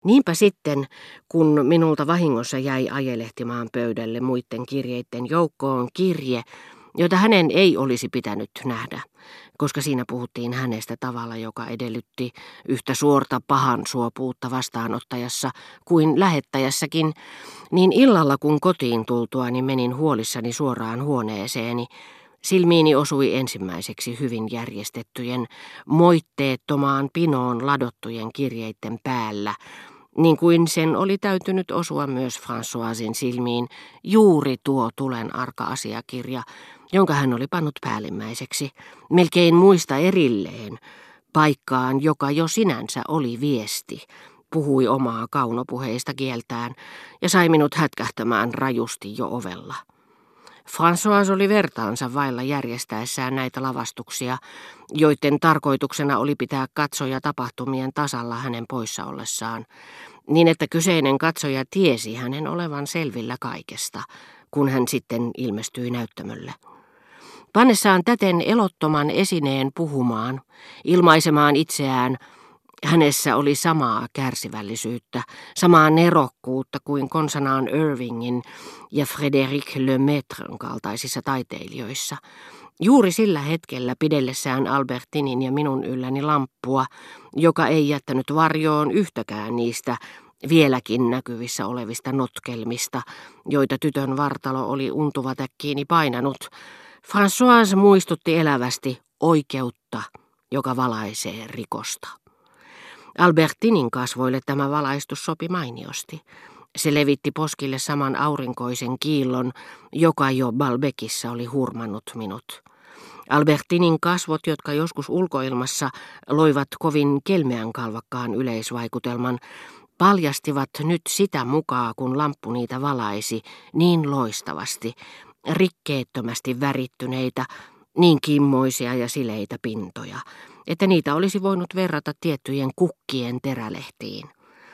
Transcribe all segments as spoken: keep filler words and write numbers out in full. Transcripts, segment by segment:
Niinpä sitten, kun minulta vahingossa jäi ajelehtimaan pöydälle muiden kirjeiden joukkoon kirje, jota hänen ei olisi pitänyt nähdä, koska siinä puhuttiin hänestä tavalla, joka edellytti yhtä suorta pahan suopuutta vastaanottajassa kuin lähettäjässäkin, niin illalla kun kotiin tultuani menin huolissani suoraan huoneeseeni, silmiini osui ensimmäiseksi hyvin järjestettyjen, moitteettomaan pinoon ladottujen kirjeiden päällä, niin kuin sen oli täytynyt osua myös Françoisin silmiin juuri tuo tulen arka asiakirja, jonka hän oli pannut päällimmäiseksi, melkein muista erilleen, paikkaan, joka jo sinänsä oli viesti, puhui omaa kaunopuheista kieltään ja sai minut hätkähtämään rajusti jo ovella. François oli vertaansa vailla järjestäessään näitä lavastuksia, joiden tarkoituksena oli pitää katsoja tapahtumien tasalla hänen poissa ollessaan, niin että kyseinen katsoja tiesi hänen olevan selvillä kaikesta, kun hän sitten ilmestyi näyttämölle. Pannessaan täten elottoman esineen puhumaan, ilmaisemaan itseään, hänessä oli samaa kärsivällisyyttä, samaa nerokkuutta kuin konsanaan Irvingin ja Frédéric Lemaîtren kaltaisissa taiteilijoissa. Juuri sillä hetkellä pidellessään Albertinin ja minun ylläni lamppua, joka ei jättänyt varjoon yhtäkään niistä vieläkin näkyvissä olevista notkelmista, joita tytön vartalo oli untuvatäkkiini painanut, François muistutti elävästi oikeutta, joka valaisee rikosta. Albertinin kasvoille tämä valaistus sopi mainiosti. Se levitti poskille saman aurinkoisen kiillon, joka jo Balbekissa oli hurmannut minut. Albertinin kasvot, jotka joskus ulkoilmassa loivat kovin kelmeän kalvakkaan yleisvaikutelman, paljastivat nyt sitä mukaa, kun lamppu niitä valaisi niin loistavasti, rikkeettömästi värittyneitä, niin kimmoisia ja sileitä pintoja, että niitä olisi voinut verrata tiettyjen kukkien terälehtiin.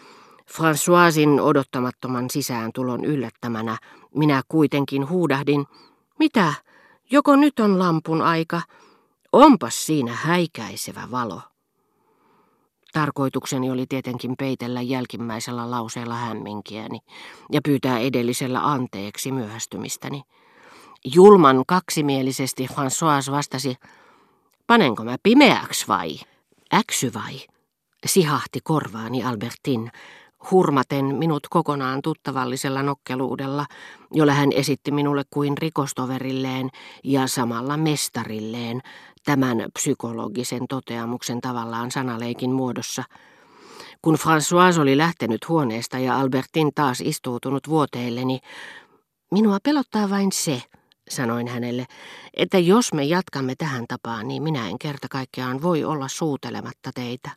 Françoisin odottamattoman sisääntulon yllättämänä minä kuitenkin huudahdin, mitä, joko nyt on lampun aika, onpas siinä häikäisevä valo. Tarkoitukseni oli tietenkin peitellä jälkimmäisellä lauseella hämminkiäni ja pyytää edellisellä anteeksi myöhästymistäni. Julman kaksimielisesti François vastasi, panenko mä pimeäksi vai? Äksy vai? Sihahti korvaani Albertin, hurmaten minut kokonaan tuttavallisella nokkeluudella, jolla hän esitti minulle kuin rikostoverilleen ja samalla mestarilleen tämän psykologisen toteamuksen tavallaan sanaleikin muodossa. Kun François oli lähtenyt huoneesta ja Albertin taas istuutunut vuoteelleni, minua pelottaa vain se, sanoin hänelle, että jos me jatkamme tähän tapaan, niin minä en kerta kaikkiaan voi olla suutelematta teitä.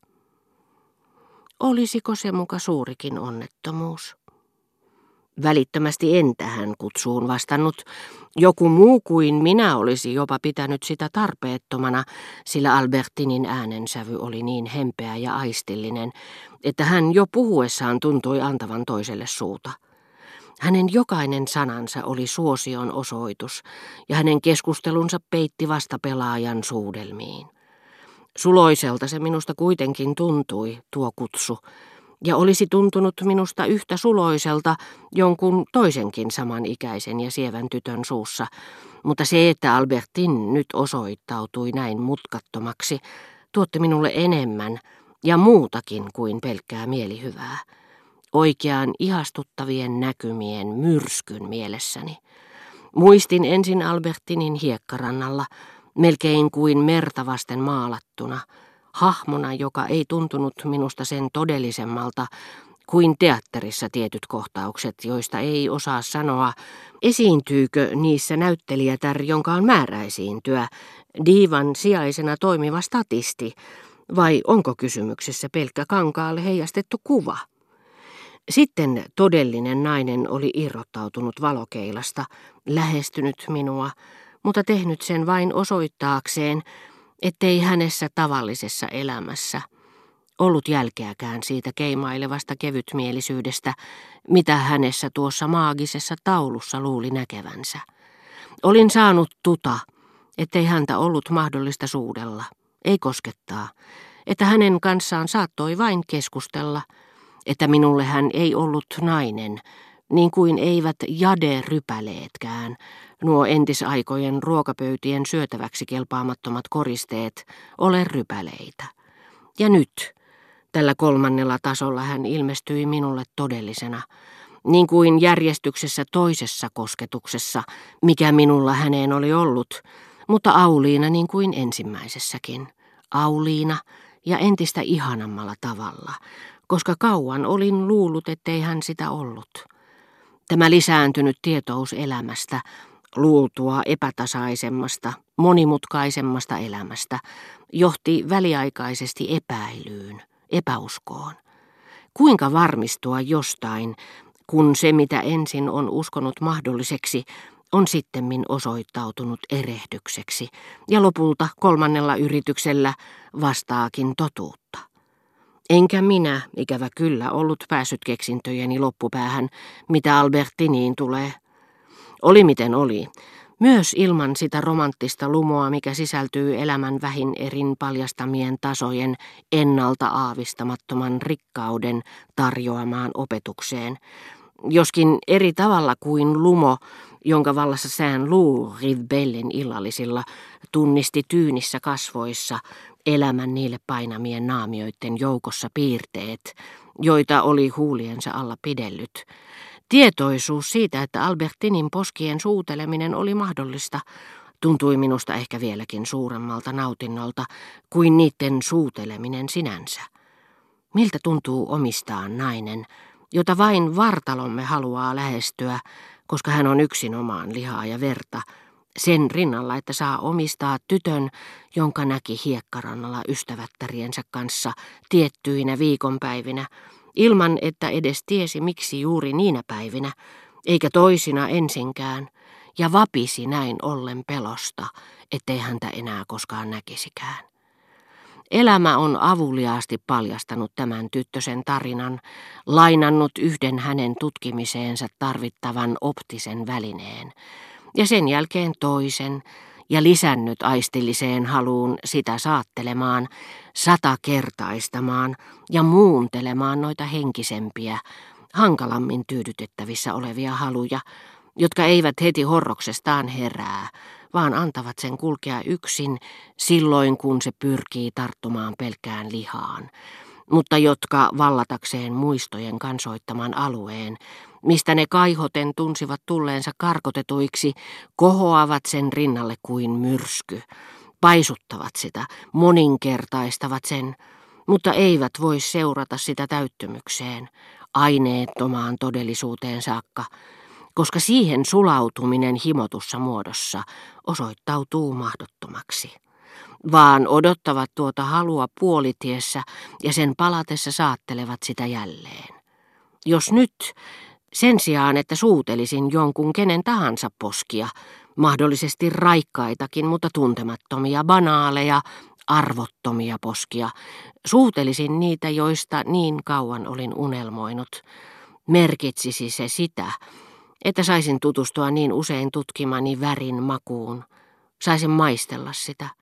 Olisiko se muka suurikin onnettomuus? Välittömästi en tähän kutsuun vastannut. Joku muu kuin minä olisi jopa pitänyt sitä tarpeettomana, sillä Albertinin äänensävy oli niin hempeä ja aistillinen, että hän jo puhuessaan tuntui antavan toiselle suuta. Hänen jokainen sanansa oli suosion osoitus, ja hänen keskustelunsa peitti vasta pelaajan suudelmiin. Suloiselta se minusta kuitenkin tuntui, tuo kutsu, ja olisi tuntunut minusta yhtä suloiselta jonkun toisenkin samanikäisen ja sievän tytön suussa, mutta se, että Albertin nyt osoittautui näin mutkattomaksi, tuotti minulle enemmän ja muutakin kuin pelkkää mielihyvää. Oikeaan ihastuttavien näkymien myrskyn mielessäni. Muistin ensin Albertinin hiekkarannalla, melkein kuin merta vasten maalattuna, hahmona, joka ei tuntunut minusta sen todellisemmalta kuin teatterissa tietyt kohtaukset, joista ei osaa sanoa, esiintyykö niissä näyttelijätär, jonka on määrä esiintyä, diivan sijaisena toimiva statisti, vai onko kysymyksessä pelkkä kankaalle heijastettu kuva. Sitten todellinen nainen oli irrottautunut valokeilasta, lähestynyt minua, mutta tehnyt sen vain osoittaakseen, ettei hänessä tavallisessa elämässä ollut jälkeäkään siitä keimailevasta kevytmielisyydestä, mitä hänessä tuossa maagisessa taulussa luuli näkevänsä. Olin saanut tuta, ettei häntä ollut mahdollista suudella, ei koskettaa, että hänen kanssaan saattoi vain keskustella, että minulle hän ei ollut nainen, niin kuin eivät jade-rypäleetkään, nuo entisaikojen ruokapöytien syötäväksi kelpaamattomat koristeet, ole rypäleitä. Ja nyt, tällä kolmannella tasolla hän ilmestyi minulle todellisena, niin kuin järjestyksessä toisessa kosketuksessa, mikä minulla häneen oli ollut, mutta auliina niin kuin ensimmäisessäkin. Auliina ja entistä ihanammalla tavalla, koska kauan olin luullut, ettei hän sitä ollut. Tämä lisääntynyt tietous elämästä, luultua epätasaisemmasta, monimutkaisemmasta elämästä, johti väliaikaisesti epäilyyn, epäuskoon. Kuinka varmistua jostain, kun se mitä ensin on uskonut mahdolliseksi, on sittemmin osoittautunut erehdykseksi ja lopulta kolmannella yrityksellä vastaakin totuutta. Enkä minä, ikävä kyllä, ollut päässyt keksintöjeni loppupäähän, mitä Albertiniin tulee. Oli miten oli. Myös ilman sitä romanttista lumoa, mikä sisältyy elämän vähin erin paljastamien tasojen ennalta aavistamattoman rikkauden tarjoamaan opetukseen, joskin eri tavalla kuin lumo, jonka vallassa Saint-Loup Rivbellin illallisilla tunnisti tyynissä kasvoissa elämän niille painamien naamioiden joukossa piirteet, joita oli huuliensa alla pidellyt. Tietoisuus siitä, että Albertinin poskien suuteleminen oli mahdollista, tuntui minusta ehkä vieläkin suuremmalta nautinnolta kuin niiden suuteleminen sinänsä. Miltä tuntuu omistaa nainen, jota vain vartalomme haluaa lähestyä, koska hän on yksinomaan lihaa ja verta, sen rinnalla, että saa omistaa tytön, jonka näki hiekkarannalla ystävättäriensä kanssa tiettyinä viikonpäivinä, ilman että edes tiesi miksi juuri niinä päivinä, eikä toisina ensinkään, ja vapisi näin ollen pelosta, ettei häntä enää koskaan näkisikään. Elämä on avuliaasti paljastanut tämän tyttösen tarinan, lainannut yhden hänen tutkimiseensa tarvittavan optisen välineen, ja sen jälkeen toisen, ja lisännyt aistilliseen haluun sitä saattelemaan, satakertaistamaan ja muuntelemaan noita henkisempiä, hankalammin tyydytettävissä olevia haluja, jotka eivät heti horroksestaan herää, vaan antavat sen kulkea yksin silloin, kun se pyrkii tarttumaan pelkkään lihaan, mutta jotka vallatakseen muistojen kansoittaman alueen, mistä ne kaihoten tunsivat tulleensa karkotetuiksi, kohoavat sen rinnalle kuin myrsky, paisuttavat sitä, moninkertaistavat sen, mutta eivät voi seurata sitä täyttymykseen, aineettomaan todellisuuteen saakka, koska siihen sulautuminen himotussa muodossa osoittautuu mahdottomaksi, vaan odottavat tuota halua puolitiessä ja sen palatessa saattelevat sitä jälleen. Jos nyt, sen sijaan että suutelisin jonkun kenen tahansa poskia, mahdollisesti raikkaitakin, mutta tuntemattomia, banaaleja, arvottomia poskia, suutelisin niitä, joista niin kauan olin unelmoinut, merkitsisi se sitä, että saisin tutustua niin usein tutkimani värin makuun, saisin maistella sitä,